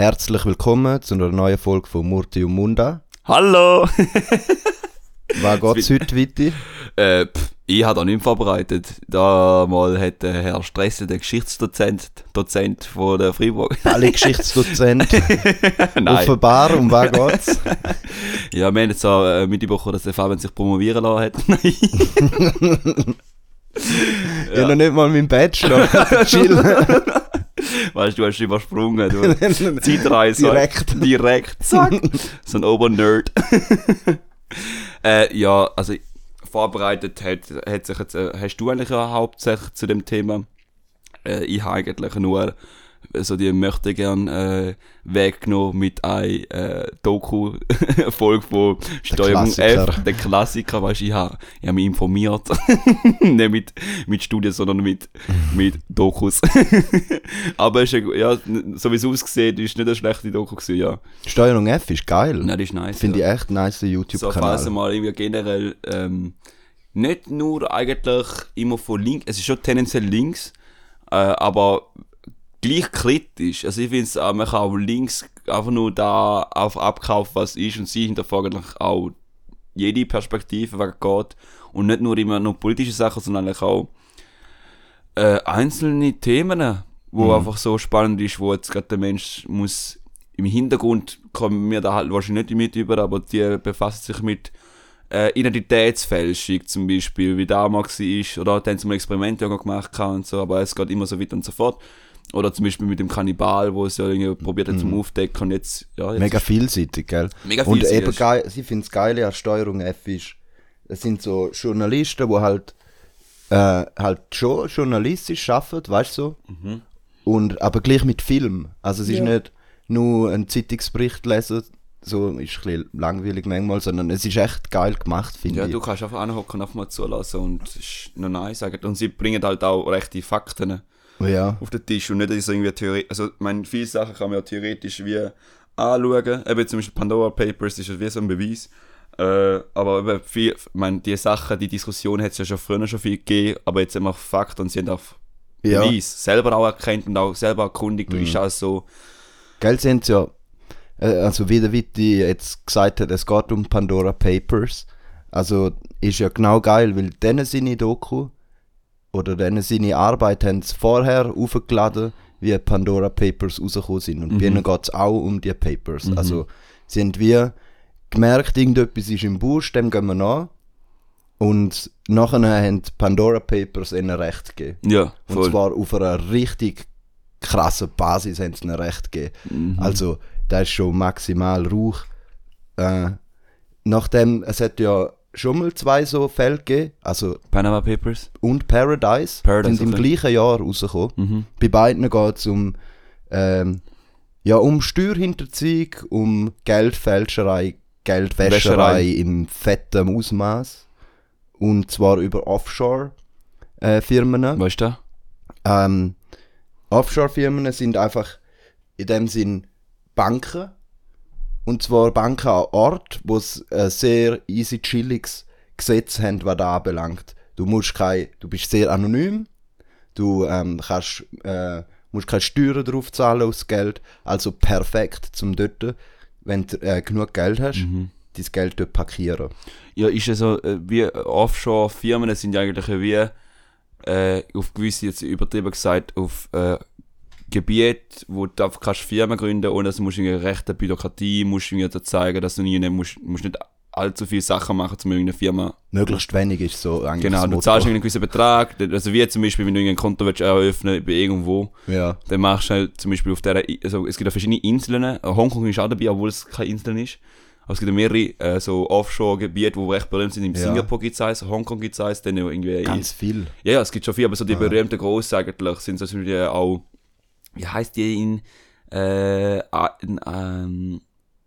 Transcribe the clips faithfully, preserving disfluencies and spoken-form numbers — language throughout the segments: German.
Herzlich willkommen zu einer neuen Folge von Murti und Munda. Hallo! Was geht's heute weiter? Äh, pff, ich habe da nichts vorbereitet. Da mal hat der Herr Stresse, der Geschichtsdozent Dozent von der Freiburg. Alle Geschichtsdozent. Nein. Offenbar, um was geht's? Ja, wir haben jetzt auch äh, mitbekommen, dass der Fabian sich promovieren lassen hat. Nein. Ja, ja noch nicht mal mein Bachelor. Chill. Weißt du, du hast übersprungen. Du. Zeitreise. Direkt. Direkt. Zack. So ein Obernerd. äh, ja, also vorbereitet hat, hat sich jetzt, äh, hast du eigentlich auch hauptsächlich zu dem Thema. Äh, ich habe eigentlich nur so die möchte gern äh, weggenommen mit einer äh, Doku-Folge von Steuerung F, der Klassiker, weißt du, ich habe hab mich informiert, nicht mit, mit Studien, sondern mit, mit Dokus. Aber es ist, ja, so wie es aussieht, ist nicht eine schlechte Doku gewesen, ja. Steuerung F ist geil. Nein, das ist nice. Finde ja. ich echt nice, der YouTube-Kanal. So, falls mal irgendwie generell, ähm, nicht nur eigentlich immer von links, es ist schon tendenziell links, äh, aber gleich kritisch. Also ich finde es, man kann auch links einfach nur da auf abkaufen, was ist, und sie hinterfragen eigentlich auch jede Perspektive, was geht, und nicht nur immer nur politische Sachen, sondern eigentlich auch äh, einzelne Themen, wo mhm. einfach so spannend ist, wo jetzt gerade der Mensch muss, im Hintergrund kommen wir da halt wahrscheinlich nicht mit über, aber die befassen sich mit äh, Identitätsfälschung zum Beispiel, wie damals war, oder da haben sie mal Experimente gemacht und so, aber es geht immer so weiter und so fort. Oder zum Beispiel mit dem Kannibal, wo es ja irgendwie probiert hat, mm. zum Aufdecken, und jetzt, ja. Jetzt mega vielseitig, gell? Mega vielseitig. Und eben geil, ich finde es geil an Steuerung F ist, es sind so Journalisten, die halt, äh, halt schon journalistisch arbeiten, weißt du so? Mhm. Und, aber gleich mit Film. Also es ist ja. nicht nur ein Zeitungsbericht lesen, so ist ein bisschen langweilig manchmal, sondern es ist echt geil gemacht, finde ja, ich. Ja, du kannst einfach anhocken und einfach mal zulassen, und es ist noch nice. Und sie bringen halt auch rechte Fakten ja. auf den Tisch und nicht so irgendwie theoretisch. Also, ich meine, viele Sachen kann man ja theoretisch wie anschauen. Eben zum Beispiel Pandora Papers ist ja wie so ein Beweis. Äh, aber eben viel, ich meine, die Sachen, die Diskussion hat es ja schon früher schon viel gegeben, aber jetzt haben wir Fakt und sie haben auch ja. Beweis selber auch erkannt und auch selber erkundigt. Mhm. Und ist auch so. Gell, sie haben es ja, also wie der Witti jetzt gesagt hat, es geht um Pandora Papers. Also ist ja genau geil, weil denen seine Doku oder denen seine Arbeit haben sie vorher aufgeladen, wie Pandora Papers rausgekommen sind. Und mhm. bei ihnen geht es auch um die Papers. Mhm. Also sie haben wie gemerkt, irgendetwas ist im Busch, dem gehen wir nach. Und nachher haben die Pandora Papers ihnen Recht gegeben. Ja, voll. Und zwar auf einer richtig krassen Basis haben sie ihnen Recht gegeben. Mhm. Also da ist schon maximal Rauch. Äh, nachdem, es hat ja schon mal zwei so Fälle gegeben, also Panama Papers und Paradise, Paradise sind im okay. gleichen Jahr rausgekommen. Mhm. Bei beiden geht es um, ähm, ja, um Steuerhinterziehung, um Geldfälscherei, Geldwäscherei Wäscherei. im fetten Ausmaß, und zwar über Offshore-Firmen. Äh, weißt du? Ähm, Offshore-Firmen sind einfach in dem Sinn Banken. Und zwar Banken an Ort, wo es ein sehr easy chilliges Gesetz haben, was das anbelangt. Du, musst kein, du bist sehr anonym, du ähm, kannst, äh, musst keine Steuern drauf zahlen aufs Geld. Also perfekt zum dort, wenn du äh, genug Geld hast, mhm. dein Geld dort parkieren. Ja, ist ja so, äh, wie Offshore-Firmen sind ja eigentlich wie äh, auf gewisse, jetzt übertrieben gesagt, auf äh, Gebiet, wo du einfach kannst Firmen gründen, ohne dass du musst eine rechte Bürokratie musst du zeigen, dass du nicht, musst, musst nicht allzu viele Sachen machen, um irgendeine Firma. Möglichst wenig ist so eigentlich. Genau, du zahlst einen gewissen Betrag, also wie zum Beispiel, wenn du ein Konto willst eröffnen bei irgendwo, ja. dann machst du halt zum Beispiel auf der, also es gibt ja verschiedene Inseln, Hongkong ist auch dabei, obwohl es keine Insel ist. Aber es gibt ja mehrere äh, so Offshore-Gebiete, die recht berühmt sind. In ja. Singapur gibt es eins, Hongkong gibt es eins, dann irgendwie... Ganz viel. Ja, ja, es gibt schon viel, aber so die ah. berühmten Grossen eigentlich sind so die auch... Wie heisst die in... Äh, in, ähm,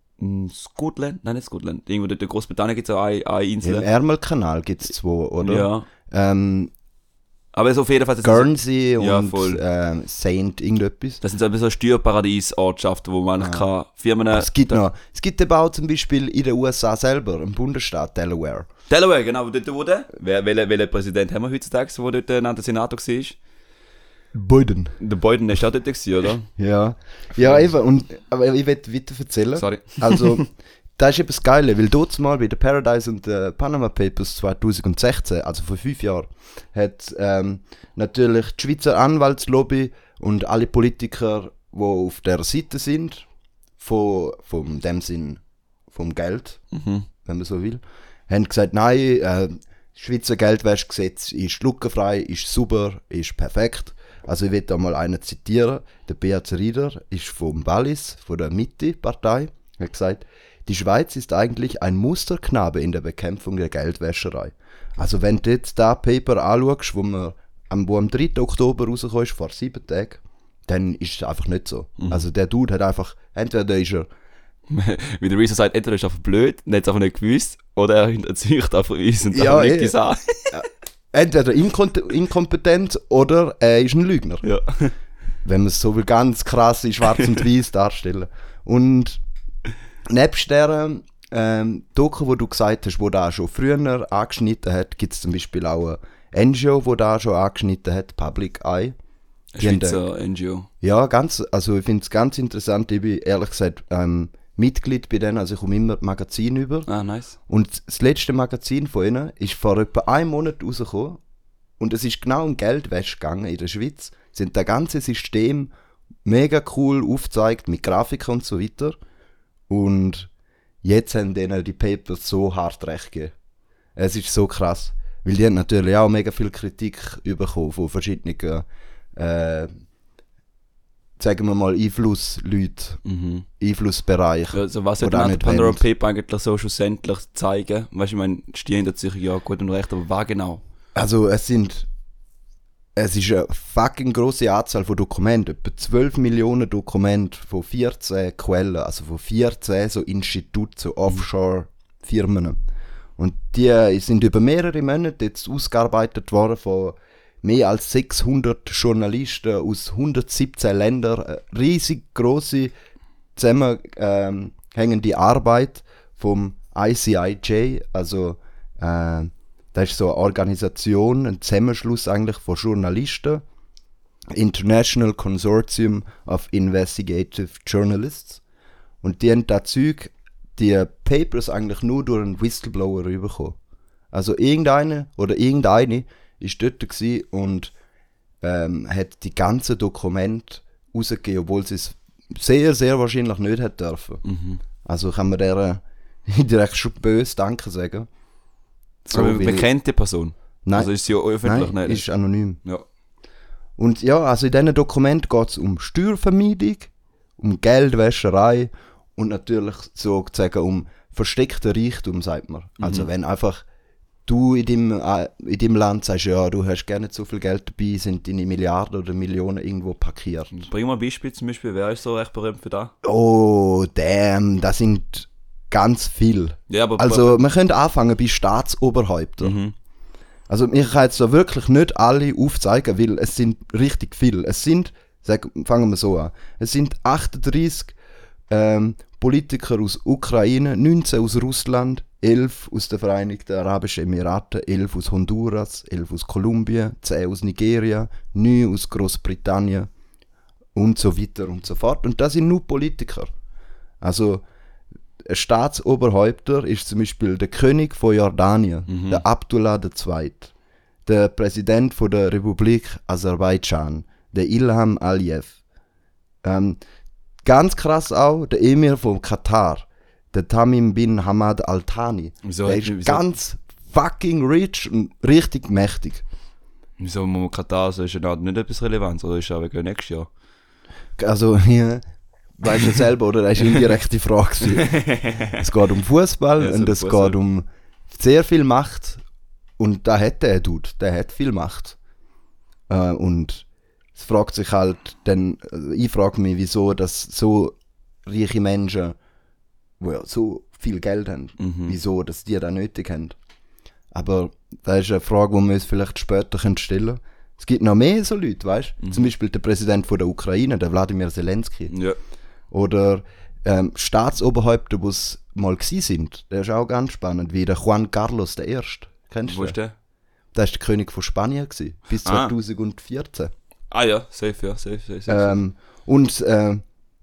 in Scotland? Nein, nicht Scotland. Irgendwo dort in Großbritannien gibt es auch eine, eine Insel. Im Ärmelkanal gibt es zwei, oder? Ja. Ähm, aber es auf jeden Fall... Guernsey so, und ja, voll. Ähm, Saint irgendetwas. Das sind so, so Steuerparadies-Ortschaften, wo man ah. kann Firmen... Es gibt noch... Es gibt eben auch zum Beispiel in den U S A selber, im Bundesstaat Delaware. Delaware, genau. Dort, wo der... Welcher welche Präsident haben wir heutzutage, der dort äh, nach der Senator war? Biden. Der Biden ist auch dort gewesen, oder? Ja. Ja, eben. Und, aber ich will weiter erzählen. Sorry. Also, das ist eben das Geile, weil dort mal bei den Paradise und den Panama Papers zwanzig sechzehn, also vor fünf Jahren, hat ähm, natürlich die Schweizer Anwaltslobby und alle Politiker, die auf der Seite sind, von, von dem Sinn, vom Geld, Mhm. wenn man so will, haben gesagt, nein, äh, das Schweizer Geldwäschegesetz ist lückenfrei, ist super, ist perfekt. Also ich will da mal einen zitieren. Der Beat Rieder ist vom Wallis, von der Mitte-Partei, hat gesagt, die Schweiz ist eigentlich ein Musterknabe in der Bekämpfung der Geldwäscherei. Also wenn du jetzt das Paper anschaust, wo, wir, am, wo am dritten Oktober rausgekommen ist, vor sieben Tagen, dann ist es einfach nicht so. Mhm. Also der Dude hat einfach, entweder ist er... Wie der Reason sagt, entweder ist er einfach blöd und hat es einfach nicht gewusst, oder er hinterzieht einfach uns und Ja, einfach nicht eh. gesagt. Entweder inkon- inkompetent oder er ist ein Lügner. Ja. Wenn man es so will, ganz krass in schwarz und weiß darstellen. Und nebst der ähm, Doku, wo du gesagt hast, wo da schon früher angeschnitten hat, gibt es zum Beispiel auch eine N G O, wo da schon angeschnitten hat, Public Eye. Die haben, Schweizer N G O. ja, ganz, also ich finde es ganz interessant. Ich bin ehrlich gesagt ähm, Mitglied bei denen, also ich komme immer Magazin über. Ah, nice. Und das letzte Magazin von ihnen ist vor etwa einem Monat rausgekommen. Und es ist genau um Geldwäsche gegangen in der Schweiz. Sie haben das ganze System mega cool aufgezeigt mit Grafiken und so weiter. Und jetzt haben denen die Papers so hart recht gegeben. Es ist so krass. Weil die haben natürlich auch mega viel Kritik bekommen von verschiedenen, äh, sagen wir mal, Einflussleuten, Mhm. Einflussbereichen. Also was die hat das man nicht Pandora wollen. Paper eigentlich so schlussendlich zeigen? Weißt du, ich meine, die stehen sich ja gut und recht, aber was genau? Also es sind, es ist eine fucking grosse Anzahl von Dokumenten, etwa zwölf Millionen Dokumente von vierzehn Quellen, also von vierzehn so Instituten, so Offshore-Firmen. Und die sind über mehrere Monate jetzt ausgearbeitet worden von mehr als sechshundert Journalisten aus hundertsiebzehn Ländern. Eine riesig grosse zusammenhängende Arbeit vom I C I J, also äh, das ist so eine Organisation, ein Zusammenschluss eigentlich von Journalisten, International Consortium of Investigative Journalists. Und die haben das Zeug, die Papers eigentlich nur durch einen Whistleblower bekommen. Also irgendeiner oder irgendeine ist dort gewesen und ähm, hat die ganzen Dokumente rausgegeben, obwohl sie es sehr, sehr wahrscheinlich nicht hätte dürfen. Mhm. Also kann man der direkt schon böse Danke sagen. So, aber man weil- kennt die Person. Nein, Also ist sie ja öffentlich nein, nicht. ist anonym. Ja. Und ja, also in diesen Dokument geht es um Steuervermeidung, um Geldwäscherei und natürlich sozusagen um versteckten Reichtum, sagt man. Also Mhm. wenn einfach du in deinem, äh, in deinem Land sagst, ja, du hast gar nicht so viel Geld dabei, sind deine Milliarden oder Millionen irgendwo parkiert. Bring mal ein Beispiel zum Beispiel, wer ist so recht berühmt für das? Oh, damn, das sind ganz viel. Ja, aber... Also man könnte anfangen bei Staatsoberhäuptern. Mhm. Also ich kann jetzt da wirklich nicht alle aufzeigen, weil es sind richtig viele. Es sind, sag, fangen wir so an, es sind achtunddreißig ähm, Politiker aus Ukraine, neunzehn aus Russland, elf aus den Vereinigten Arabischen Emiraten, elf aus Honduras, elf aus Kolumbien, zehn aus Nigeria, neun aus Großbritannien und so weiter und so fort. Und das sind nur Politiker. Also ein Staatsoberhäupter ist zum Beispiel der König von Jordanien, Mhm. der Abdullah der Zweite, der Präsident von der Republik Aserbaidschan, der Ilham Aliyev. Ähm, ganz krass auch der Emir von Katar, der Tamim bin Hamad Al Thani. Wieso, Der ist wieso, ganz fucking rich und richtig mächtig. wieso muss man Katar so, ist ja nicht etwas Relevanz, oder ist ja wegen nächstes Jahr? Also hier, weißt du selber, oder? Das ist eine indirekte Frage. Es geht um Fußball Ja, es und geht es um Fußball. geht um sehr viel Macht. Und da hat der Dude, der hat viel Macht. Äh, und es fragt sich halt, dann, also ich frage mich, wieso, dass so reiche Menschen, die ja so viel Geld haben, Mhm. wieso, dass die das nötig haben. Aber das ist eine Frage, die wir uns vielleicht später stellen können. Es gibt noch mehr so Leute, weißt du? Mhm. Zum Beispiel der Präsident von der Ukraine, der Wladimir Zelensky. Ja. Oder ähm, Staatsoberhäupter, die es mal gsi sind. Der ist auch ganz spannend, wie der Juan Carlos der Erste. Kennst Wo du ist den? der? Der war der König von Spanien, gewesen, bis Ah. zweitausendvierzehn. Ah ja, safe, ja, safe, safe, safe. Ähm, und äh,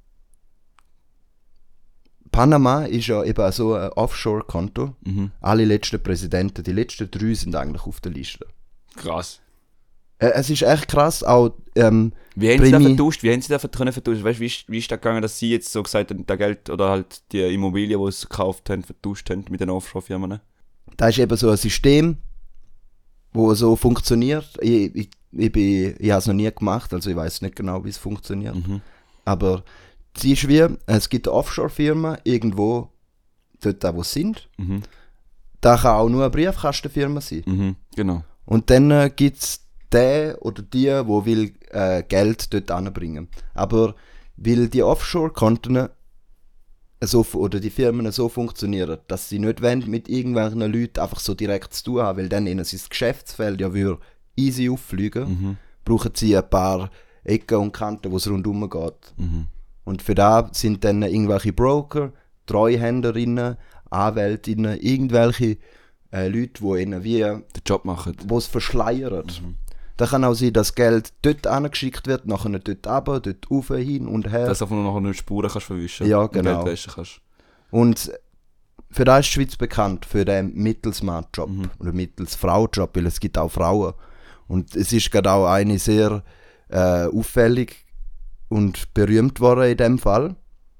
Panama ist ja eben so ein Offshore-Konto. Mhm. Alle letzten Präsidenten, die letzten drei sind eigentlich auf der Liste. Krass. Äh, es ist echt krass, auch ähm, Wie haben sie da Primi- vertauscht? Wie haben sie da vert- können vertauscht? Weißt du, wie, ist- wie ist das gegangen, dass sie jetzt so gesagt haben, das Geld oder halt die Immobilien, die sie gekauft haben, vertauscht haben mit den Offshore-Firmen? Da ist eben so ein System, wo so funktioniert. Ich, ich, ich, bin- ich habe es noch nie gemacht, also ich weiß nicht genau, wie es funktioniert. Mhm. Aber sie ist wie, es gibt eine Offshore-Firma irgendwo dort, wo sie sind. Mhm. Da kann auch nur eine Briefkastenfirma sein. Mhm. Genau. Und dann äh, gibt es den oder die, wo will äh, Geld dort anbringen. Aber weil die Offshore-Konten so, oder die Firmen so funktionieren, dass sie nicht wollen, mit irgendwelchen Leuten einfach so direkt zu tun haben, weil dann ihnen sein Geschäftsfeld ja würde easy auffliegen, Mhm. brauchen sie ein paar Ecken und Kanten, wo es rundherum geht. Mhm. Und für da sind dann irgendwelche Broker, Treuhänderinnen, Anwältinnen, irgendwelche äh, Leute, die ihnen wie Den Job machen. wo es verschleiern. Mhm. Da kann auch sein, dass Geld dort angeschickt wird, nachher dort runter, dort rauf, hin und her. Dass du einfach nur noch eine Spuren kannst verwischen Ja, und genau. Geld waschen kannst. Und für das ist die Schweiz bekannt, für den Mittelsmann-Job Mhm. oder Mittelsfrau-Job, weil es gibt auch Frauen. Und es ist gerade auch eine sehr äh, auffällig und berühmt worden in dem Fall.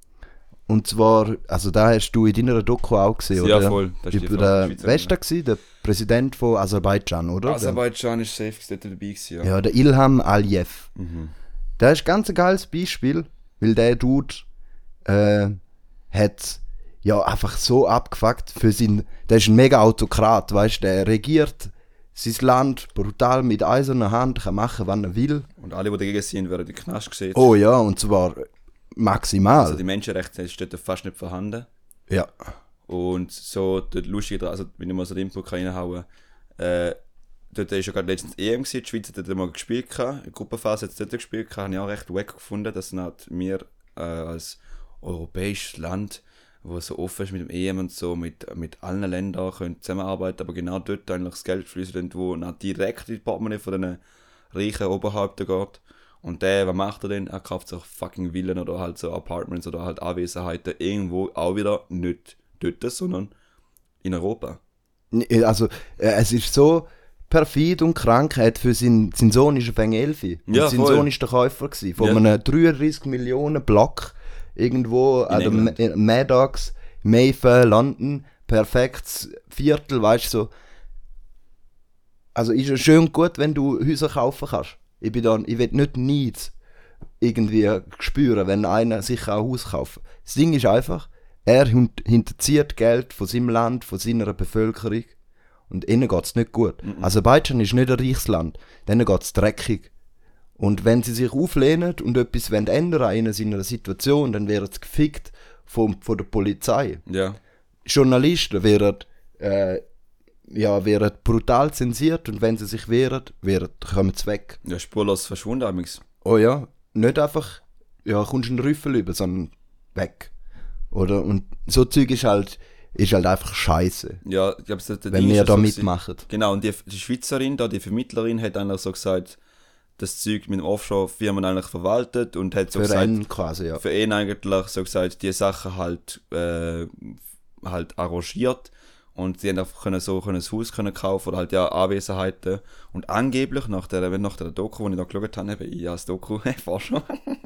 Und zwar, also da hast du in deiner Doku auch gesehen, Ja, oder? voll. Das ist die Über Frage, den, die Schweizer wer ist der gewesen? Der Präsident von Aserbaidschan, oder? Aserbaidschan ist safe dort dabei gewesen, ja. Ja, der Ilham Aliyev. Mhm. Der ist ganz ein geiles Beispiel, weil der Dude äh, hat ja einfach so abgefuckt für sein. Der ist ein mega Autokrat, weißt du, der regiert sein Land brutal mit eiserner Hand, kann machen, was er will. Und alle, die dagegen sind, werden in den Knast gesetzt. Oh ja, und zwar maximal. Also die Menschenrechte ist dort fast nicht vorhanden. Ja. Und so, dort lustig dran, also wenn ich mal so den Input reinhauen kann, äh, dort war ja gerade letztens E M gewesen, die Schweiz hat dort mal gespielt, gehabt. In der Gruppenphase hat es dort gespielt, gehabt. Habe ich auch recht wack gefunden, dass halt wir äh, als europäisches Land, wo so offen ist mit dem E M und so, mit, mit allen Ländern können zusammenarbeiten, aber genau dort eigentlich das Geld fließt, wo nach direkt in die Portemonnaie von den reichen Oberhäuptern geht. Und der, was macht er denn? Er kauft sich fucking Villen oder halt so Apartments oder halt Anwesenheiten irgendwo auch wieder nicht dort, sondern in Europa. Also, äh, es ist so perfid und krank. Er hat für sein, sein Sohn ist ein elfi. Und Ja, sein voll. Sohn ist der Käufer gewesen, von Ja. einem dreiunddreißig Millionen Block irgendwo an der England. Ma- in Maddox, Mayfair, London. Perfektes Viertel, weißt du so. Also ist es schön und gut, wenn du Häuser kaufen kannst. Ich bin da, ich will nicht nichts irgendwie spüren, wenn einer sich ein Haus kauft. Das Ding ist einfach, er hin- hinterzieht Geld von seinem Land, von seiner Bevölkerung und ihnen geht es nicht gut. Mhm. Aserbaidschan ist nicht ein reiches Land, denen geht es dreckig. Und wenn sie sich auflehnen und etwas wollen ändern in seiner Situation, dann werden sie gefickt von, von der Polizei. Ja. Journalisten werden, äh, ja, werden brutal zensiert und wenn sie sich wehren, werden, kommen sie weg. Ja, spurlos verschwunden amigs. Oh ja, nicht einfach, ja, kommst einen Rüffel über, sondern weg. Oder? Und so Zeug ist halt, ist halt einfach scheiße, Ja, ich glaube, der wenn Ding ist wir ja da so gewesen. mitmachen. Genau, und die, die Schweizerin, da, die Vermittlerin, hat eigentlich so gesagt, das Zeug mit den Offshore-Firmen eigentlich verwaltet und hat so Für gesagt, einen quasi, ja. für ihn eigentlich so gesagt, die Sachen halt, äh, halt arrangiert und sie haben einfach können so können ein Haus können kaufen oder halt ja Anwesenheiten und angeblich nach der, wenn nach der Doku, die ich da geschaut habe, eben, ja, das Doku, vor schon,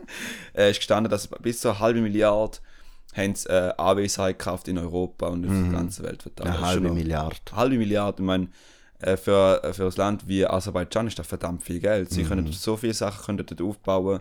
äh, ist gestanden, dass bis zu eine halbe Milliarde haben sie äh, Anwesenheit gekauft in Europa und auf der ganzen Welt verteilt. Eine Das ist halbe schon noch- Milliarde. halbe Milliarde, ich meine, äh, für, äh, für ein Land wie Aserbaidschan ist das verdammt viel Geld. Sie können so viele Sachen können dort aufbauen,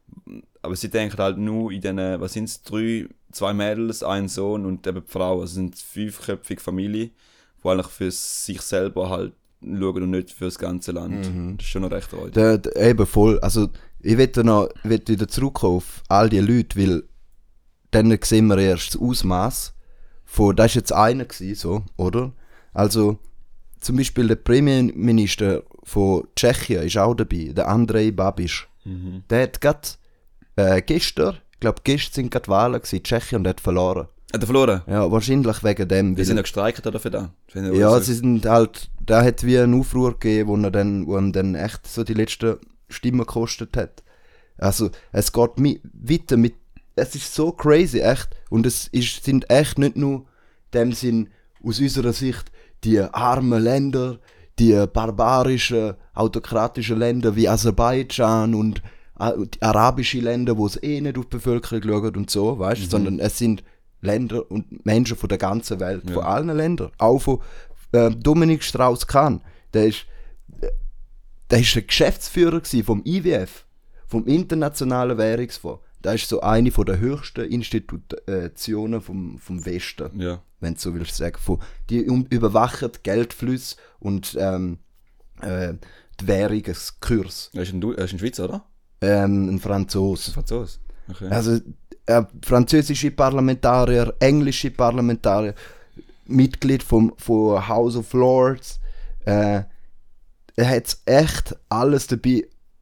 aber sie denken halt nur in diesen, was sind es, drei, zwei Mädels, ein Sohn und eben die Frau. Also sind fünfköpfige Familie, die eigentlich für sich selber halt schauen und nicht für das ganze Land. Das ist schon noch recht räudig. Der, der, eben voll. Also, ich will noch ich will wieder zurückkommen auf all die Leute, weil dann sehen wir erst das Ausmaß von, das war jetzt einer gewesen, so, oder? Also, zum Beispiel der Premierminister von Tschechien ist auch dabei, der Andrej Babiš. Mhm. Der hat gerade äh, gestern, ich glaube gestern sind gerade Wahlen gewesen, in Tschechien, und der hat verloren. Hat er verloren? Ja, wahrscheinlich wegen dem. Die weil- sind ja gestreikt oder für da? Wenn er ja, so- sie sind halt, da hat wie einen Aufruhr gegeben, wo er dann, wo ihm dann echt so die letzten Stimmen gekostet hat. Also es geht mi- weiter mit, es ist so crazy, echt. Und es ist, sind echt nicht nur in dem Sinn aus unserer Sicht die armen Länder, die barbarischen, autokratischen Länder wie Aserbaidschan und äh, die arabische Länder, wo es eh nicht auf die Bevölkerung schauen und so, weißt, mhm. sondern es sind Länder und Menschen von der ganzen Welt, ja. von allen Ländern, auch von äh, Dominik Strauss-Kahn, der ist, der ist der Geschäftsführer vom I W F, vom Internationalen Währungsfonds. Das ist so eine von der höchsten Institutionen vom, vom Westen, ja. wenn du so willst sagen. Von, die um, überwachen Geldflüsse und ähm, äh, die Währungskurs. Er ist ein, du- er ist ein Schweizer, oder? Ähm, ein Franzose. Ein Franzose, okay. Also äh, französische Parlamentarier, englische Parlamentarier, Mitglied vom, von House of Lords. Äh, er hat echt alles dabei.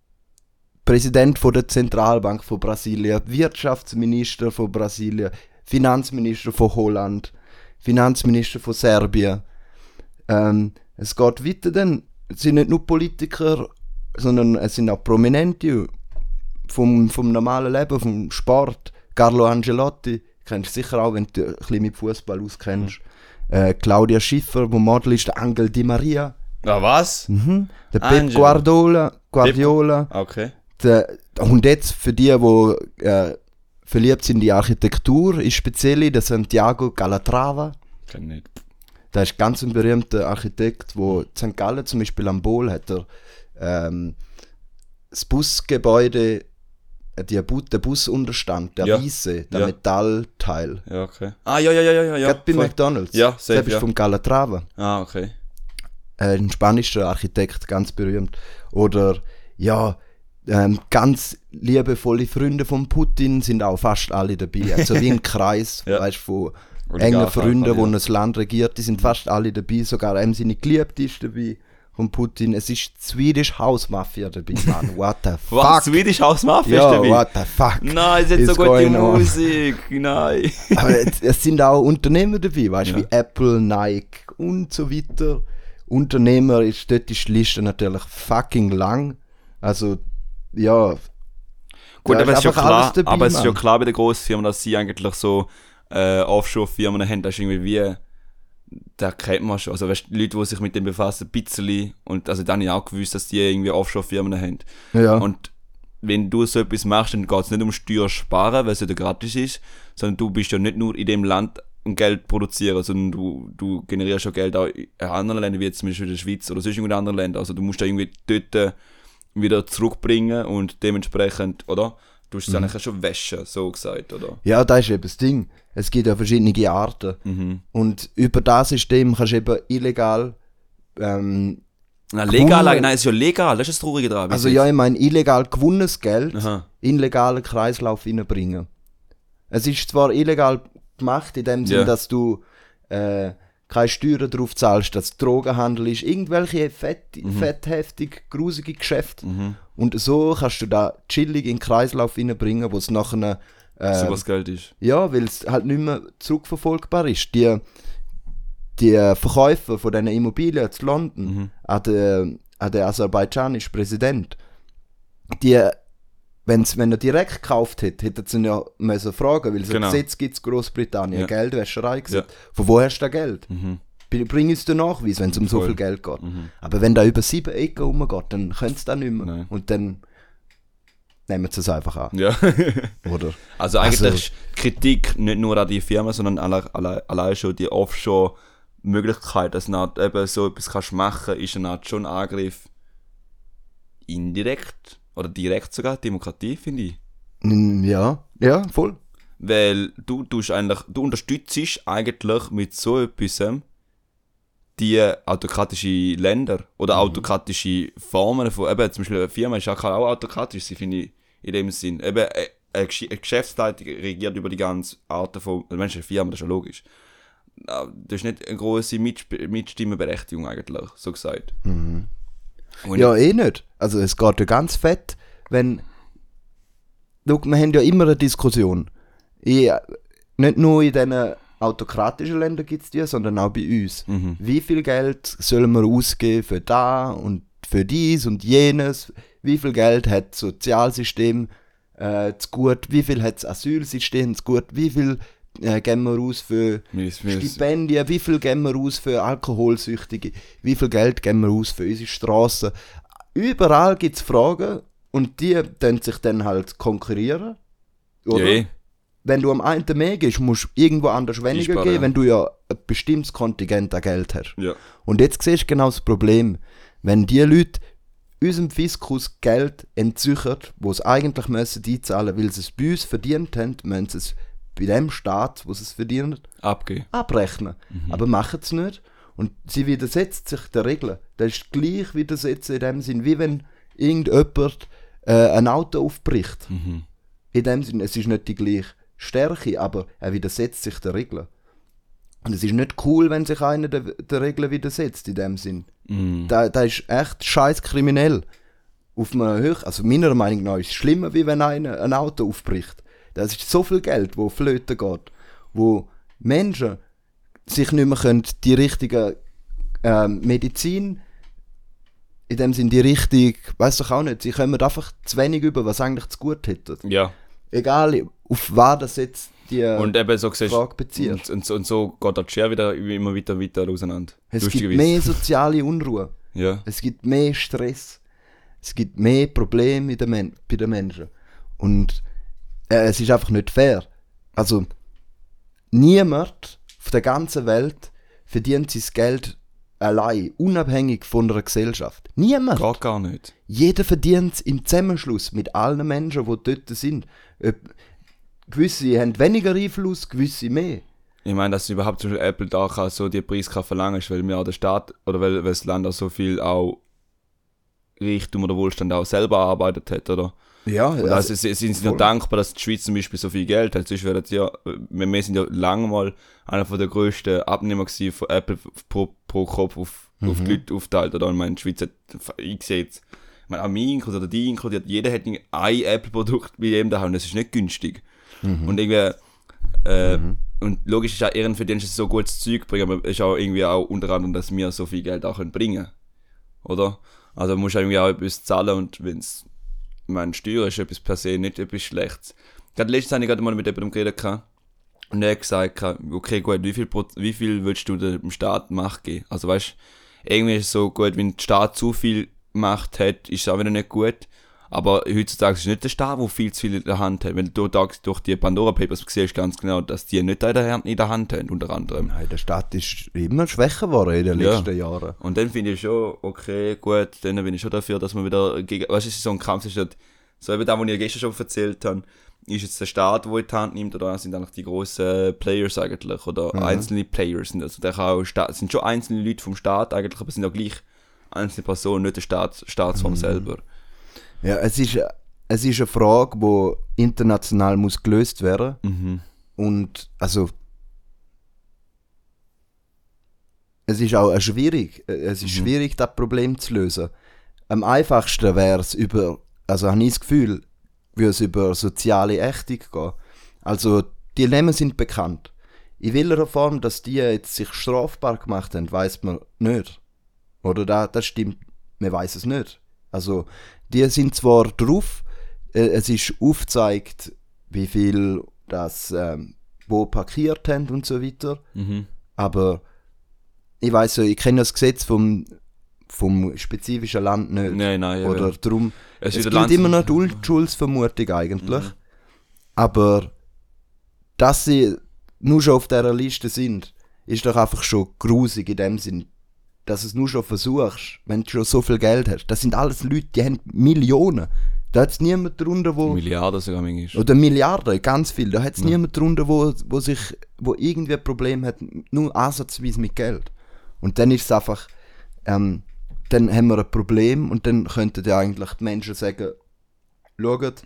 Präsident von der Zentralbank von Brasilien, Wirtschaftsminister von Brasilien, Finanzminister von Holland, Finanzminister von Serbien. Ähm, es geht weiter dann. Es sind nicht nur Politiker, sondern es sind auch Prominente vom, vom normalen Leben, vom Sport. Carlo Ancelotti, kennst du sicher auch, wenn du ein bisschen mit Fußball auskennst. Mhm. Äh, Claudia Schiffer, wo Model ist, der Angel Di Maria. Ah, was? Mhm. Der Pep Guardiola. Guardiola. Pep. Okay. Der, und jetzt für die, die äh, verliebt sind in die Architektur, ist speziell der Santiago Calatrava. Kenn nicht. Der ist ganz ein berühmter Architekt, wo in Sankt Gallen zum Beispiel am Bol hat er ähm, das Busgebäude, äh, die Bu- der Busunterstand, der Ja. Wiese, der Ja. Metallteil. Ja, okay. Ah, ja, ja, ja, ja, ja. Gerade bei voll. McDonalds. Ja, safe, Das ist ja. vom Calatrava. Ah, okay. Äh, ein spanischer Architekt, ganz berühmt. Oder, ja, ähm, ganz liebevolle Freunde von Putin sind auch fast alle dabei. Also wie ein Kreis, Ja. weißt, von Oligarchen engen Freunden, einfach, die ja. ein Land regiert, die sind fast alle dabei. Sogar ihm seine Geliebte ist dabei von Putin. Es ist die Swedish House Mafia dabei, Mann. What the fuck? Was? Swedish House Mafia Ja, ist dabei? what the fuck? Nein, es ist is so gute going on? Musik. Nein. Aber es, es sind auch Unternehmer dabei, weißt du, Ja. wie Apple, Nike und so weiter. Unternehmer ist, dort ist die Liste natürlich fucking lang. Also, ja. Gut, da aber es ist ja einfach klar, alles dabei, aber es ist ja Mann. klar bei den Grossfirmen, dass sie eigentlich so äh, Offshore-Firmen haben. Das ist irgendwie wie, da kennt man schon. Also weißt, Leute, die sich mit dem befassen, ein bisschen. Und also dann habe ich auch gewusst, dass die irgendwie Offshore-Firmen haben. Ja. Und wenn du so etwas machst, dann geht es nicht um Steuern sparen, weil es ja gratis ist, sondern du bist ja nicht nur in dem Land um Geld produzieren, sondern du, du generierst schon Geld auch in anderen Ländern, wie jetzt zum Beispiel in der Schweiz oder sonst in anderen Ländern. Also du musst da irgendwie dort wieder zurückbringen und dementsprechend, oder? Du musst es Mhm. eigentlich schon waschen, so gesagt, oder? Ja, das ist eben das Ding. Es gibt ja verschiedene Arten. Mhm. Und über das System kannst du eben illegal. Ähm, Na, legal, Gewonnen- nein, es ist ja legal, das ist das Traurige dran. also, ja, ich meine, illegal gewonnenes Geld Aha. in legalen Kreislauf reinbringen. Es ist zwar illegal gemacht, in dem Sinne, Ja. dass du äh, keine Steuern drauf zahlst, dass Drogenhandel ist, irgendwelche fett, Mhm. fettheftig, grusige Geschäfte. Mhm. Und so kannst du da chillig in den Kreislauf reinbringen, wo es nachher. Äh, So was Geld ist. Ja, weil es halt nicht mehr zurückverfolgbar ist. Die, die Verkäufer von diesen Immobilien in London Mhm. an den, an den aserbaidschanischen Präsident, die, wenn's, wenn er direkt gekauft hätte, hätte er ihn ja müssen fragen, weil es Genau. ein Gesetz gibt in Großbritannien, Ja. Geldwäscherei gesagt. Ja. Von wo hast du das Geld? Mhm. Bring uns den Nachweis, wenn es um so Voll. viel Geld geht. Mhm. Aber wenn da über sieben Ecken rumgeht, dann können sie das nicht mehr. Nein. Und dann nehmen sie es einfach an. Ja. Oder? Also eigentlich Also- ist Kritik nicht nur an die Firma, sondern alle, alle, allein schon die Offshore-Möglichkeit, dass du halt eben so etwas kannst machen, ist eine Art schon ein Angriff indirekt oder direkt sogar Demokratie, finde ich. Mm, Ja, ja, voll. Weil du tust eigentlich, du unterstützt eigentlich mit so etwas die autokratische Länder oder autokratische Formen von, eben zum Beispiel eine Firma ist ja auch autokratisch, sie finde ich in dem Sinn. Eben äh, eine Gesch- eine Geschäftsleitung regiert über die ganze Art von, also Menschen, eine Firma, das ist ja logisch. Aber das ist nicht eine grosse Mitsp- Mitstimmenberechtigung eigentlich, so gesagt. Und Ja, eh nicht. Also es geht ja ganz fett, wenn... Schau, wir haben ja immer eine Diskussion. Ich, nicht nur in diesen autokratischen Ländern gibt es die, sondern auch bei uns. Mhm. Wie viel Geld sollen wir ausgeben für da und für dies und jenes, wie viel Geld hat das Sozialsystem äh, zu gut, wie viel hat das Asylsystem zu gut, wie viel äh, geben wir aus für Mies, mies. Stipendien, wie viel geben wir aus für Alkoholsüchtige, wie viel Geld geben wir aus für unsere Straßen. Überall gibt es Fragen und die dann sich dann halt konkurrieren. Oder? Ja. Wenn du am einen mehr gibst, musst du irgendwo anders weniger Einsparen, geben, ja. wenn du ja ein bestimmtes Kontingent an Geld hast. Ja. Und jetzt siehst du genau das Problem. Wenn die Leute unserem Fiskus Geld entziehen, wo sie eigentlich müssen einzahlen müssen, weil sie es bei uns verdient haben, müssen sie es bei dem Staat, wo sie es verdienen, Abgeben. abrechnen. Mhm. Aber machen es nicht. Und sie widersetzt sich der Regel. Das ist gleich widersetzen in dem Sinn, wie wenn irgendjemand äh, ein Auto aufbricht. Mhm. In dem Sinn, es ist nicht die gleiche Stärke, aber er widersetzt sich der Regel. Und es ist nicht cool, wenn sich einer der, der Regeln widersetzt, in dem Sinn. Mhm. Da, da ist echt scheiß kriminell. Auf einer Höhe, also meiner Meinung nach ist es schlimmer, wie wenn einer ein Auto aufbricht. Das ist so viel Geld, wo flöten geht, wo Menschen sich nicht mehr können, die richtige ähm, Medizin, in dem Sinn die richtige, weiß doch auch nicht, sie kommen einfach zu wenig über, was eigentlich zu gut hätten. Ja. Egal, auf was das jetzt die Und eben so siehst, Frage bezieht. und, und, so- und so geht der Schere wieder immer weiter weiter auseinander. Es gibt Lustigerweise. mehr soziale Unruhe, Ja. es gibt mehr Stress, es gibt mehr Probleme in den Men- bei den Menschen. Und äh, es ist einfach nicht fair. Also, niemand auf der ganzen Welt verdient sein Geld allein, unabhängig von einer Gesellschaft. Niemand. Geht gar nicht. Jeder verdient es im Zusammenschluss mit allen Menschen, die dort sind. Ob, gewisse haben weniger Einfluss, gewisse mehr. Ich meine, dass überhaupt zum Beispiel Apple da kann, so die Preise kann verlangen ist, weil mir auch der Staat oder weil, weil das Land auch so viel auch Reichtum oder Wohlstand auch selber erarbeitet hat, oder? Ja, Und also, sind sie voll. noch dankbar, dass die Schweiz zum Beispiel so viel Geld hat. Sonst wäre das ja, wir, wir sind ja lange mal einer von der grössten Abnehmer gewesen von Apple pro, pro Kopf auf, Mhm. auf die Leute aufteilt, oder? Ich meine, die Schweiz hat, ich sehe jetzt, ich meine, auch mein inkludiert oder die inkludiert, jeder hat ein Apple-Produkt bei jedem daheim und das ist nicht günstig. Mhm. Und irgendwie, äh, und logisch ist auch Ehrenverdienst, dass sie so gutes Zeug bringen, aber es ist auch irgendwie auch unter anderem, dass wir so viel Geld auch können bringen, oder? Also du musst irgendwie auch etwas zahlen und wenn es, ich meine, Steuern ist etwas per se nicht etwas Schlechtes. Gerade letztens habe ich gerade mal mit jemandem geredet gehabt, und er hat gesagt, okay gut, wie viel, Pro- wie viel willst du dem Staat Macht geben? Also weißt, irgendwie ist es so gut, wenn der Staat zu viel Macht hat, ist es auch wieder nicht gut. Aber heutzutage ist es nicht der Staat, der viel zu viel in der Hand hat. Wenn du da durch die Pandora Papers siehst, ganz genau, dass die nicht in der Hand, in der Hand haben, unter anderem. Nein, der Staat ist immer schwächer geworden in den Ja. letzten Jahren. Und dann finde ich schon, okay, gut, dann bin ich schon dafür, dass man wieder gegen, weißt du, es ist so ein Kampf, es ist halt, so eben das, was ich gestern schon erzählt habe, ist jetzt der Staat, der in die Hand nimmt, oder sind eigentlich die grossen Players eigentlich, oder Mhm. einzelne Players, sind also der kann auch Sta- sind schon einzelne Leute vom Staat eigentlich, aber sind auch gleich einzelne Personen, nicht der Staat, Staatsform Mhm. selber. Ja, es ist, es ist eine Frage, die international muss gelöst werden. Mhm. Und also es ist auch äh, schwierig. äh, Es ist Mhm. schwierig, das Problem zu lösen. Am einfachsten wäre es über, also habe ich das Gefühl, würde es über soziale Ächtung gehen. Also die Dilemmen sind bekannt. In welcher Form, dass die jetzt sich strafbar gemacht haben, weiß man nicht. Oder da, das stimmt, man weiß es nicht. Also die sind zwar drauf, äh, es ist aufgezeigt, wie viel das ähm, wo parkiert haben und so weiter. Mhm. Aber ich weiß ja, ich kenne das Gesetz vom, vom spezifischen Land nicht. Nein, nein, ja, Oder ja. darum, Es es ist gilt wieder immer noch Lands- die Unschuldsvermutung eigentlich. Mhm. Aber dass sie nur schon auf dieser Liste sind, ist doch einfach schon grusig in dem Sinn, dass du es nur schon versuchst, wenn du schon so viel Geld hast. Das sind alles Leute, die haben Millionen. Da hat es niemand drunter, wo... Milliarden sogar manchmal. Oder Milliarden, ganz viel. Da hat es Ja. niemand drunter, wo, wo sich, wo irgendwie ein Problem hat, nur ansatzweise mit Geld. Und dann ist es einfach, ähm, dann haben wir ein Problem und dann könnten ja eigentlich die Menschen sagen, schaut,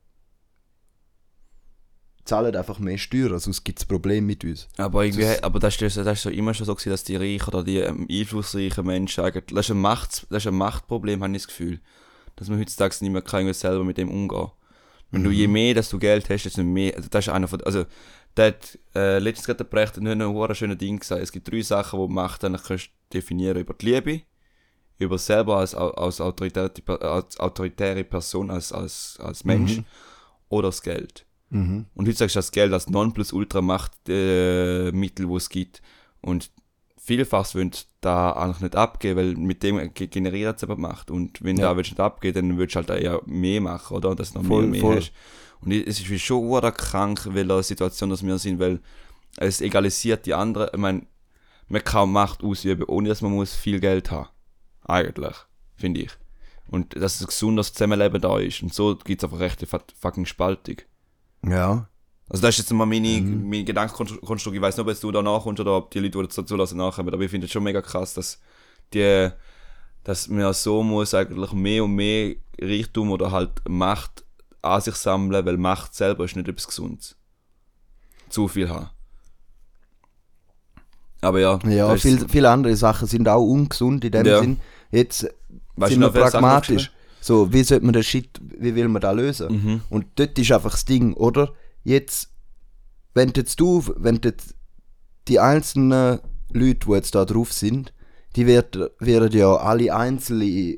zahlen einfach mehr Steuern, sonst gibt es Probleme mit uns. Aber irgendwie, Das- aber das ist, das ist so immer schon so gewesen, dass die reichen oder die ähm, einflussreichen Menschen eigentlich, das ist ein, Macht, das ist ein Machtproblem, habe ich das Gefühl. Dass man heutzutage nicht mehr kann irgendwie selber mit dem umgehen. Wenn du je mehr, dass du Geld hast, desto mehr, also das ist einer von, also, der hat, äh, letztens gerade der Brecht nicht ein schönes Ding gesagt. Es gibt drei Sachen, die Macht eigentlich kannst definieren über die Liebe, über selber als, als, autoritäre, als autoritäre Person, als, als, als Mensch, mhm. oder das Geld. Mhm. Und heute sagst du das Geld als Nonplusultra-Machtmittel, äh, wo es gibt. Und vielfach wollen da eigentlich nicht abgeben, weil mit dem generiert es aber Macht. Und wenn ja. da willst du nicht abgeben, dann willst du halt eher mehr machen, oder? Dass du noch voll, mehr, mehr hast. Und es ist schon oder krank, in welcher Situation dass wir sind, weil es egalisiert die anderen. Ich meine, man kann Macht ausüben, ohne dass man muss viel Geld haben. Eigentlich, finde ich. Und dass ein gesundes Zusammenleben da ist. Und so gibt es einfach recht eine fucking Spaltung. Ja. Also das ist jetzt mal meine, mhm. meine Gedankenkonstruktion. Ich weiß nicht, ob du da nachkommst oder ob die Leute, die dazu lassen, nachkommen. Aber ich finde es schon mega krass, dass die, dass man so muss eigentlich mehr und mehr Reichtum oder halt Macht an sich sammeln, weil Macht selber ist nicht etwas Gesundes. Zu viel haben. Aber ja. Ja, viel, viele andere Sachen sind auch ungesund in dem ja. Sinn. Jetzt weißt sind wir pragmatisch. So, wie sollte man das Shit, wie will man das lösen? Mhm. Und dort ist einfach das Ding, oder? Jetzt, wenn jetzt du, wenn jetzt die einzelnen Leute, die jetzt da drauf sind, die werden, werden ja alle einzeln in,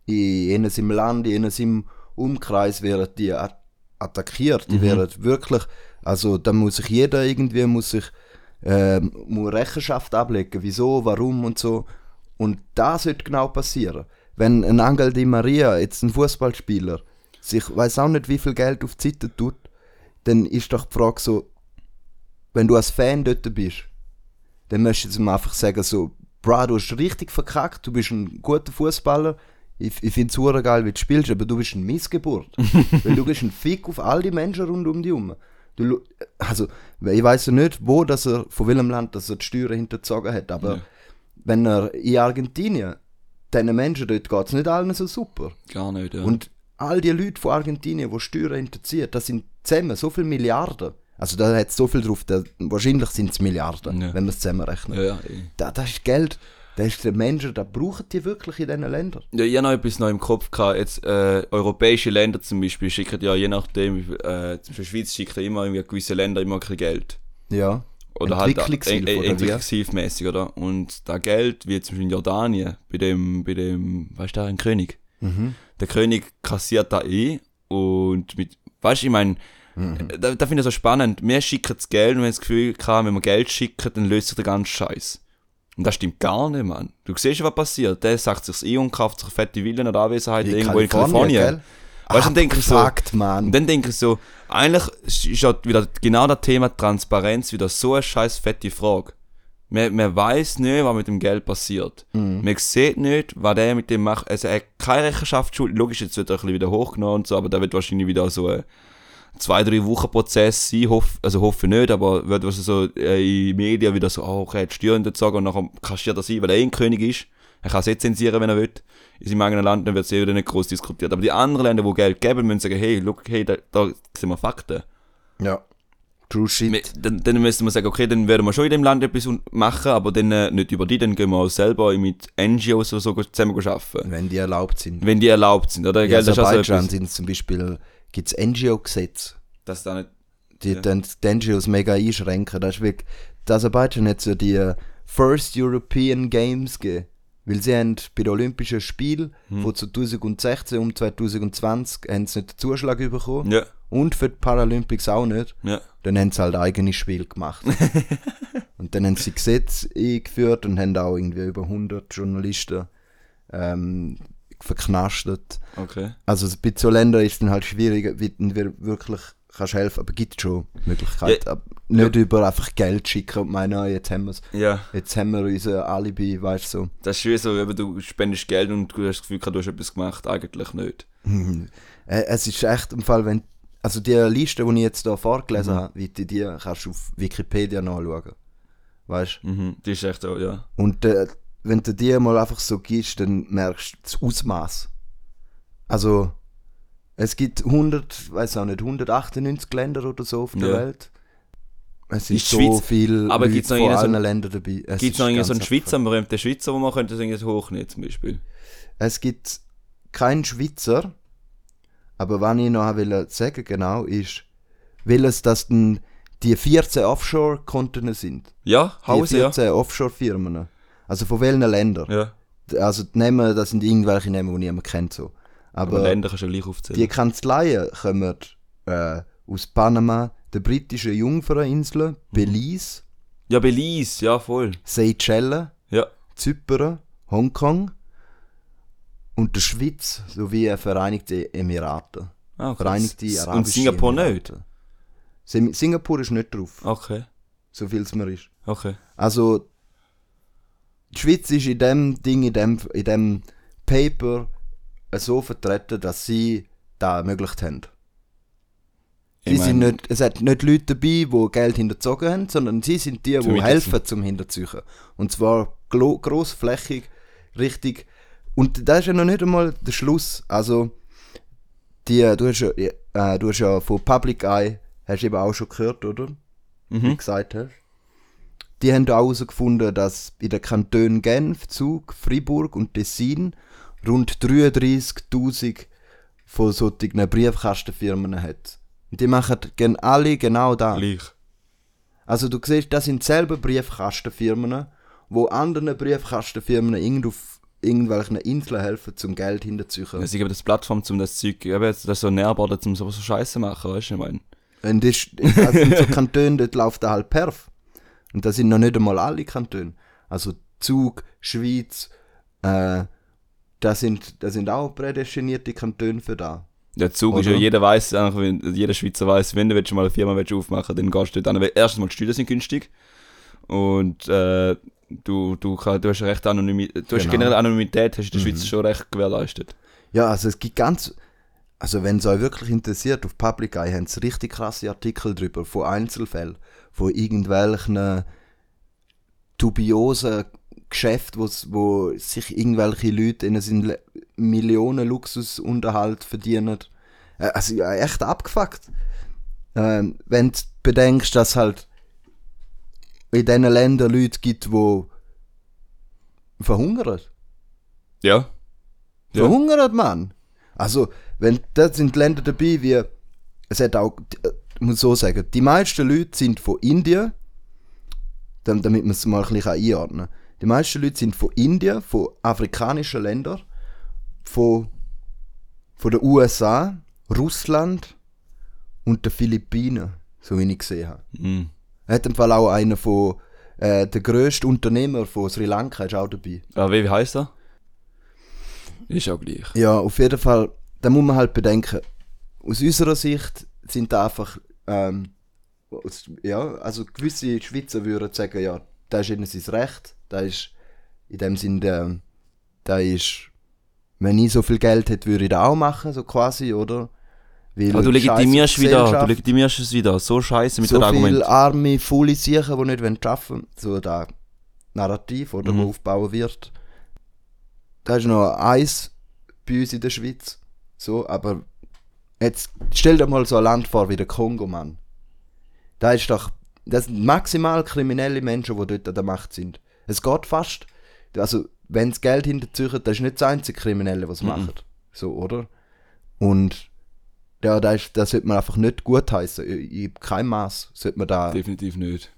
in im Land, in im Umkreis werden die attackiert. Die mhm. werden wirklich, also da muss sich jeder irgendwie, muss sich äh, muss Rechenschaft ablegen, wieso, warum und so. Und das sollte genau passieren. Wenn ein Angel Di Maria, jetzt ein Fußballspieler, sich weiß auch nicht, wie viel Geld auf die Seite tut, dann ist doch die Frage so, wenn du als Fan dort bist, dann möchtest du ihm einfach sagen so, bro, du hast richtig verkackt, du bist ein guter Fußballer, ich, ich finde es super geil, wie du spielst, aber du bist eine Missgeburt. Weil du bist ein Fick auf all die Menschen rund um dich herum. Du, also, ich weiss ja nicht, wo dass er, von welchem Land dass er die Steuern hinterzogen hat, aber ja. wenn er in Argentinien, diesen Menschen dort geht es nicht allen so super. Gar nicht, ja. Und all die Leute von Argentinien, die Steuern hinterziehen, das sind zusammen so viele Milliarden. Also da hat es so viel drauf, da, wahrscheinlich sind es Milliarden, ja. wenn man es zusammenrechnet. Ja, ja. Da, das ist Geld, das ist der Menschen, das brauchen die wirklich in diesen Ländern. Ja, ich habe noch etwas noch im Kopf gehabt. Jetzt, äh, europäische Länder zum Beispiel schicken ja je nachdem, äh, zum Beispiel die Schweiz schickt ja immer in gewisse Länder immer ein bisschen Geld. Ja. Oder Entwicklungshilfe, halt äh, äh, entwicklungshilfmäßig, oder? Und das Geld, wie zum Beispiel in Jordanien, bei dem, bei dem, weißt du, ein König. Mhm. Der König kassiert da eh und mit, weißt du, ich meine, mhm. da, da finde ich so spannend. Wir schicken das Geld und wir haben das Gefühl, klar, wenn wir Geld schicken, dann löst sich der ganze Scheiß. Und das stimmt gar nicht, Mann. Du siehst, was passiert. Der sagt sich's eh und kauft sich fette Villen oder Anwesenheit in irgendwo in Kalifornien. Weißt du, dann denke ich so, man. dann denke ich so, eigentlich ist ja wieder genau das Thema Transparenz wieder so eine scheiß fette Frage. Man, man weiss nicht, was mit dem Geld passiert. Mhm. Man sieht nicht, was der mit dem macht. Also er hat keine Rechenschaftsschuld. Logisch, jetzt wird er ein bisschen wieder hochgenommen und so, aber da wird wahrscheinlich wieder so ein zwei, drei Wochen Prozess sein. Hoff, also hoffe nicht, aber wird was so äh, in Medien wieder so, oh, er hat Steuern sagen und nachher kaschiert er sie, weil er eh ein König ist. Er kann es jetzt zensieren, wenn er will. In seinem eigenen Land, dann wird es eh wieder nicht groß diskutiert. Aber die anderen Länder, die Geld geben, müssen sagen, hey, look, hey, da, da sind wir Fakten. Ja. True shit. Wir, dann, dann müssen wir sagen, okay, dann werden wir schon in dem Land etwas machen, aber dann äh, nicht über die, dann gehen wir auch selber mit N G Os oder so zusammen arbeiten. Wenn die erlaubt sind. Wenn die erlaubt sind, oder? In Aserbaidschan also sind zum Beispiel, gibt es N G O-Gesetze. Das da nicht... Die ja. dann die N G Os mega einschränken. Das ist wirklich, das Aserbaidschan hat so die First European Games gegeben. Weil sie haben bei den Olympischen Spielen hm. von zwanzig sechzehn und zwanzig zwanzig haben sie nicht den Zuschlag bekommen. Ja. Und für die Paralympics auch nicht. Ja. Dann haben sie halt eigene Spiele gemacht. Und dann haben sie Gesetze eingeführt und haben auch irgendwie über hundert Journalisten ähm, verknastet. Okay. Also bei so Ländern ist es dann halt schwierig, wie du wirklich kannst helfen, aber es gibt schon Möglichkeiten. Ja. Nicht ja. über einfach Geld schicken und meinen, jetzt haben wir es. Ja. Jetzt haben wir unser Alibi, weißt du so. Das ist schön so, du spendest Geld und du hast das Gefühl, du hast etwas gemacht. Eigentlich nicht. Es ist echt im Fall, wenn, also die Liste, die ich jetzt hier vorgelesen mhm. habe, die, die kannst du auf Wikipedia nachschauen. Weißt du? Mhm. Die ist echt so, ja. Und äh, wenn du die mal einfach so gibst, dann merkst du das Ausmaß. Also, es gibt hundert, weiß auch nicht, hundertachtundneunzig Länder oder so auf der ja. Welt. Es ist, ist so Schweiz, viel aber Leute von allen so Ländern dabei. Gibt es noch so einen Schweizer, einen berühmten Schweizer, wo man könnte das irgendwie hochnehmen zum Beispiel? Es gibt keinen Schweizer, aber was ich noch will sagen genau ist, weil es das dann die vierzehn Offshore-Konten sind. Ja, Hause, die vierzehn ja. Offshore-Firmen. Also von welchen Ländern? Ja. also die Namen, das sind irgendwelche Namen, die niemand kennt. So. Aber, Aber Länder kannst du gleich aufzählen. Die Kanzleien kommen äh, aus Panama, der britischen Jungferninseln, Belize, Ja, Belize, ja, voll. Seychellen, Ja. Zypern, Hongkong und der Schweiz sowie Vereinigte Emirate. Ah, okay. Vereinigte S- Arabische Und Singapur Emirate. nicht? Sim- Singapur ist nicht drauf, Okay, so viel es mir ist. okay. Also, die Schweiz ist in dem Ding, in dem, in dem Paper so vertreten, dass sie das ermöglicht haben. Ich Sie sind mein- nicht, es hat nicht Leute dabei, die Geld hinterzogen haben, sondern sie sind die, Zum die helfen Hinterziehen. zum Hinterziehen. Und zwar glo- grossflächig, richtig. Und das ist ja noch nicht einmal der Schluss. Also, die, du, hast ja, äh, du hast ja von Public Eye, hast du eben auch schon gehört, oder? Wie du Mhm. gesagt hast. Die haben auch herausgefunden, dass in den Kantonen Genf, Zug, Fribourg und Tessin rund dreiunddreißigtausend von solchen Briefkastenfirmen hat. Und die machen gen alle genau das. Gleich. Also du siehst, das sind selber Briefkastenfirmen, wo anderen Briefkastenfirmen irgend auf irgendwelchen Inseln helfen, zum Geld hinterzuziehen. Es ist eben das Plattform, um das Zeug, eben, das ist so nährbar, um so, so Scheiße machen, weißt du, ich meine. Und das, das sind so Kantone, dort läuft das halt perf. Und das sind noch nicht einmal alle Kantone. Also Zug, Schweiz, äh, das sind, das sind auch prädestinierte Kantone für das. Der Zug ist Oder? ja, jeder weiß, jeder Schweizer weiß, wenn du willst, mal eine Firma willst, aufmachen dann gehst du dort an. Weil erstens mal die Steuern sind günstig und äh, du, du, kann, du hast recht Anonymität, du hast Genau. generell Anonymität, hast du in der Schweiz schon recht gewährleistet. Ja, also es gibt ganz, also wenn es euch wirklich interessiert, auf Public Eye haben sie richtig krasse Artikel drüber, von Einzelfällen, von irgendwelchen dubiosen Geschäften, wo's- wo sich irgendwelche Leute in einen Millionen Luxusunterhalt verdienen. Äh, Also ja, echt abgefuckt. Ähm, wenn du bedenkst, dass halt in diesen Ländern Leute gibt, die verhungern. Ja. Ja. Verhungert, Mann. Also, wenn, da sind Länder dabei, wie, es hat auch, ich muss so sagen, die meisten Leute sind von Indien, dam- damit man es mal ein bisschen einordnen kann. Die meisten Leute sind von Indien, von afrikanischen Ländern, von, von den U S A, Russland und den Philippinen, so wie ich gesehen habe. Mhm. Er hat im Fall auch einen von, äh, der grösste Unternehmer von Sri Lanka ist auch dabei. Aber wie, wie heisst er? Ist auch gleich. Ja, auf jeden Fall, da muss man halt bedenken, aus unserer Sicht sind da einfach, ähm, aus- ja, also gewisse Schweizer würden sagen, ja, das ist ihnen sein Recht, das ist, in dem Sinn, ähm, das ist, wenn ich so viel Geld hätte, würde ich das auch machen, so quasi, oder? Weil Aber du die scheiß legitimierst wieder, du Gesellschaft, legitimierst es wieder. So scheiße mit so dem Argument. viele arme, faule Siechen, die nicht arbeiten wollen, so das Narrativ, oder, Mhm. wo aufgebaut wird. Da ist noch eins bei uns in der Schweiz. So, aber jetzt stell dir mal so ein Land vor wie der Kongo, Mann. Da ist doch, das sind maximal kriminelle Menschen, die dort an der Macht sind. Es geht fast, also wenn das Geld hinterziehen, das ist nicht das einzige Kriminelle, was sie Mhm. machen. So, oder? Und ja, das, ist, das sollte man einfach nicht gutheißen. In in keinem Maß sollte man da. Definitiv nicht.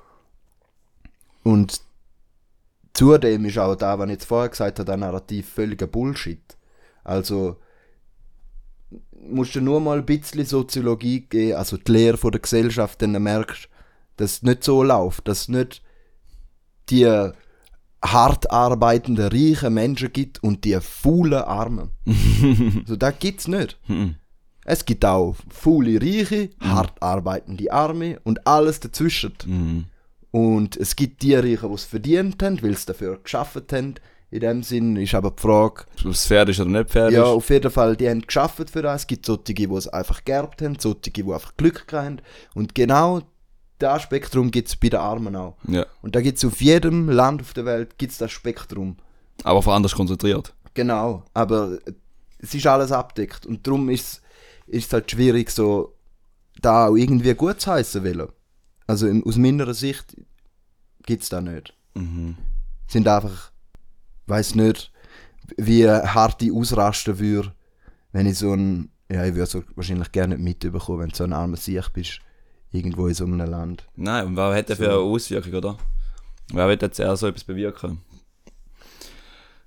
Und zudem ist auch da, was ich jetzt vorher gesagt habe, das Narrativ völliger Bullshit. Also musst du nur mal ein bisschen Soziologie geben, also die Lehre von der Gesellschaft, dann merkst du, dass es nicht so läuft, dass es nicht die hart arbeitenden, reichen Menschen gibt und die faulen Armen. So, das gibt es nicht. Mhm. Es gibt auch faule Reiche, hart arbeitende Arme und alles dazwischen. Mhm. Und es gibt die Reichen, die es verdient haben, weil sie dafür geschafft haben. In dem Sinn ist aber die Frage, Ob es fair ist oder nicht fair ja, ist. auf jeden Fall, die haben geschafft für das. Es gibt solche, die es einfach geerbt haben, solche, die einfach Glück gehabt haben. Und genau das Spektrum gibt es bei den Armen auch. Ja. Und da gibt es auf jedem Land auf der Welt gibt's das Spektrum. Aber auf anders konzentriert. Genau, aber es ist alles abdeckt. Und darum ist es halt schwierig, so da auch irgendwie gut zu heißen wollen. Also im, aus meiner Sicht gibt es da nicht. Mhm. Sind einfach, weiß nicht, wie hart ich ausrasten würde, wenn ich so ein, ja, ich würde so wahrscheinlich gerne nicht mitbekommen, wenn du so ein armer Sieg bist, irgendwo in so einem Land. Nein, und was hat der für eine Auswirkung, oder? Wer wird jetzt eher so etwas bewirken?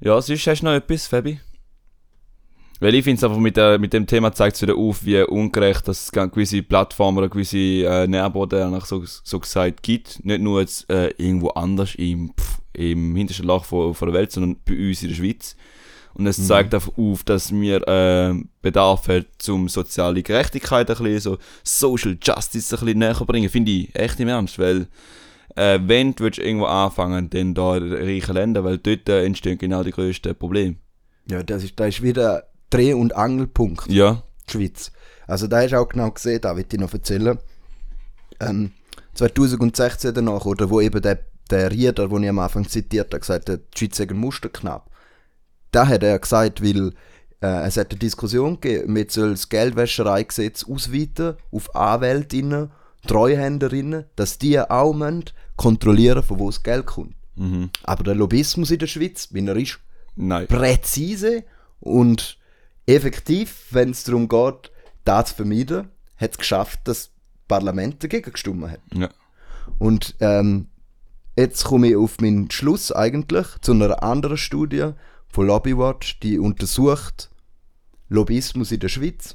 Ja, sonst hast du noch etwas, Fabi? Weil ich finde es einfach mit, der, mit dem Thema zeigt es wieder auf, wie ungerecht dass es gewisse Plattformen oder gewisse äh, Nährboden so, so gesagt gibt. Nicht nur jetzt äh, irgendwo anders im, pff, im hintersten Loch von, von der Welt, sondern bei uns in der Schweiz. Und es mhm. zeigt einfach auf, dass wir äh, Bedarf haben, um soziale Gerechtigkeit ein bisschen, so Social Justice ein bisschen näher bringen. Finde ich echt im Ernst, weil äh, wenn du irgendwo anfangen, dann da in den reichen Ländern, weil dort äh, entstehen genau die grössten Probleme. Ja, das ist, das ist wieder Dreh- und Angelpunkt. Ja. Die Schweiz. Also da hast du auch genau gesehen, da will ich noch erzählen. Ähm, zwanzig sechzehn danach, oder wo eben der, der Rieder, den ich am Anfang zitiert habe, gesagt hat, die Schweiz sei ein Musterknapp. Da hat er gesagt, weil äh, es hat eine Diskussion gegeben, man soll das Geldwäschereigesetz ausweiten auf Anwältinnen, Treuhänderinnen, dass die auch müssen kontrollieren, von wo das Geld kommt. Mhm. Aber der Lobbyismus in der Schweiz, wie er ist, Nein. präzise und effektiv, wenn es darum geht, das zu vermeiden, hat es geschafft, dass das Parlament dagegen gestimmt hat. Ja. Und ähm, jetzt komme ich auf meinen Schluss eigentlich zu einer anderen Studie von Lobbywatch, die untersucht Lobbyismus in der Schweiz.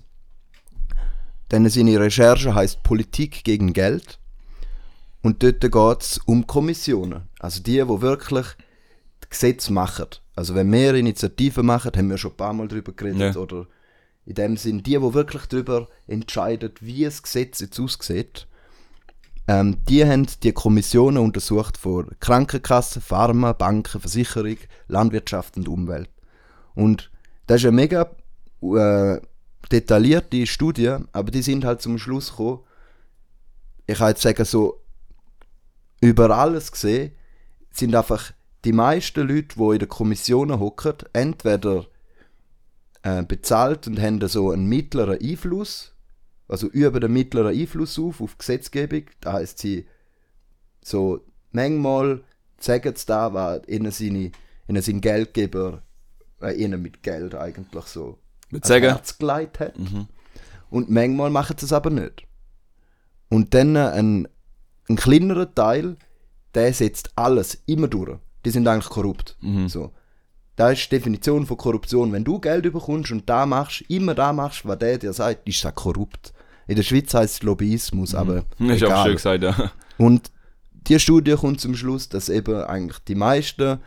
Denn seine Recherche heisst Politik gegen Geld. Und dort geht es um Kommissionen. Also die, die wirklich die Gesetze machen. Also wenn wir Initiativen machen, haben wir schon ein paar Mal darüber geredet, ja. oder in dem Sinn, die, die wirklich darüber entscheiden, wie das Gesetz jetzt aussieht, ähm, die haben die Kommissionen untersucht von Krankenkassen, Pharma, Banken, Versicherung, Landwirtschaft und Umwelt. Und das ist eine mega äh, detaillierte Studie, aber die sind halt zum Schluss gekommen, ich kann jetzt sagen, so über alles gesehen, sind einfach die meisten Leute, die in den Kommissionen hocken, entweder äh, bezahlt und haben so einen mittleren Einfluss, also üben den mittleren Einfluss auf, auf Gesetzgebung. Das heisst, sie so manchmal sagen sie da, was ihnen seine, ihnen sein Geldgeber äh, ihnen mit Geld eigentlich so ans Herz gelegt hat. Mhm. Und manchmal machen sie es aber nicht. Und dann ein, ein kleinerer Teil, der setzt alles immer durch. Die sind eigentlich korrupt. Mhm. So. Das ist die Definition von Korruption. Wenn du Geld bekommst und da machst, immer da machst, was der dir sagt, ist das korrupt. In der Schweiz heisst es Lobbyismus, mhm. aber ich egal. habe schön gesagt, ja. Und die Studie kommt zum Schluss, dass eben eigentlich die meisten,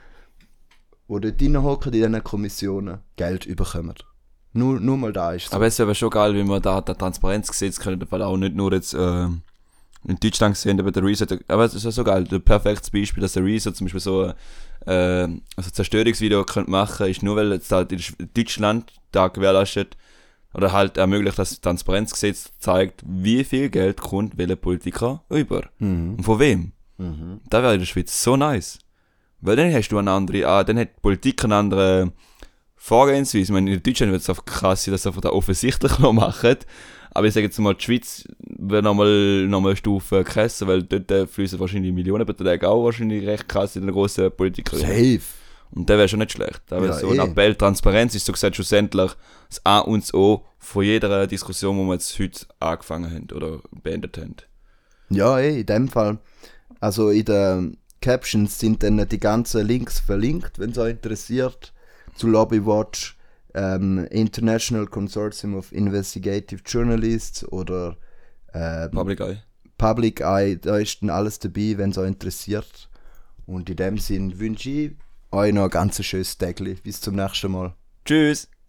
die dort reinhocken in diesen Kommissionen, Geld bekommen. Nur, nur mal da ist es so. Aber es wäre schon geil, wenn wir da das Transparenzgesetz können, weil auch nicht nur jetzt äh, in Deutschland sehen, aber der Reset, aber es ist ja so geil, ein perfektes Beispiel, dass der Reset zum Beispiel so äh, also Zerstörungsvideo könnte machen, ist nur, weil jetzt halt in Deutschland da gewährleistet oder halt ermöglicht, dass das Transparenzgesetz zeigt, wie viel Geld kommt welcher Politiker über. Mhm. Und von wem. Mhm. Das wäre in der Schweiz so nice. Weil dann hast du eine andere, ah, dann hat die Politik eine andere Vorgehensweise. Ich meine, in Deutschland wird es einfach krass sein, dass sie einfach da offensichtlich noch machen. Aber ich sage jetzt mal, die Schweiz wird nochmal noch mal eine Stufe krasser, weil dort äh, fließen wahrscheinlich Millionenbeträge auch wahrscheinlich recht krass in den grossen Politikern. Safe. Und der wäre schon nicht schlecht. Aber Ja, so ein eh. Appell, Transparenz ist so gesagt schlussendlich das A und das O von jeder Diskussion, die wir jetzt heute angefangen haben oder beendet haben. Ja, eh, in dem Fall. Also in den Captions sind dann die ganzen Links verlinkt, wenn es euch interessiert, zu Lobbywatch, ähm, International Consortium of Investigative Journalists oder ähm, Public Eye. Public Eye, da ist dann alles dabei, wenn es euch interessiert. Und in dem Sinn wünsche ich euch noch ein ganz schönes Tag. Bis zum nächsten Mal. Tschüss!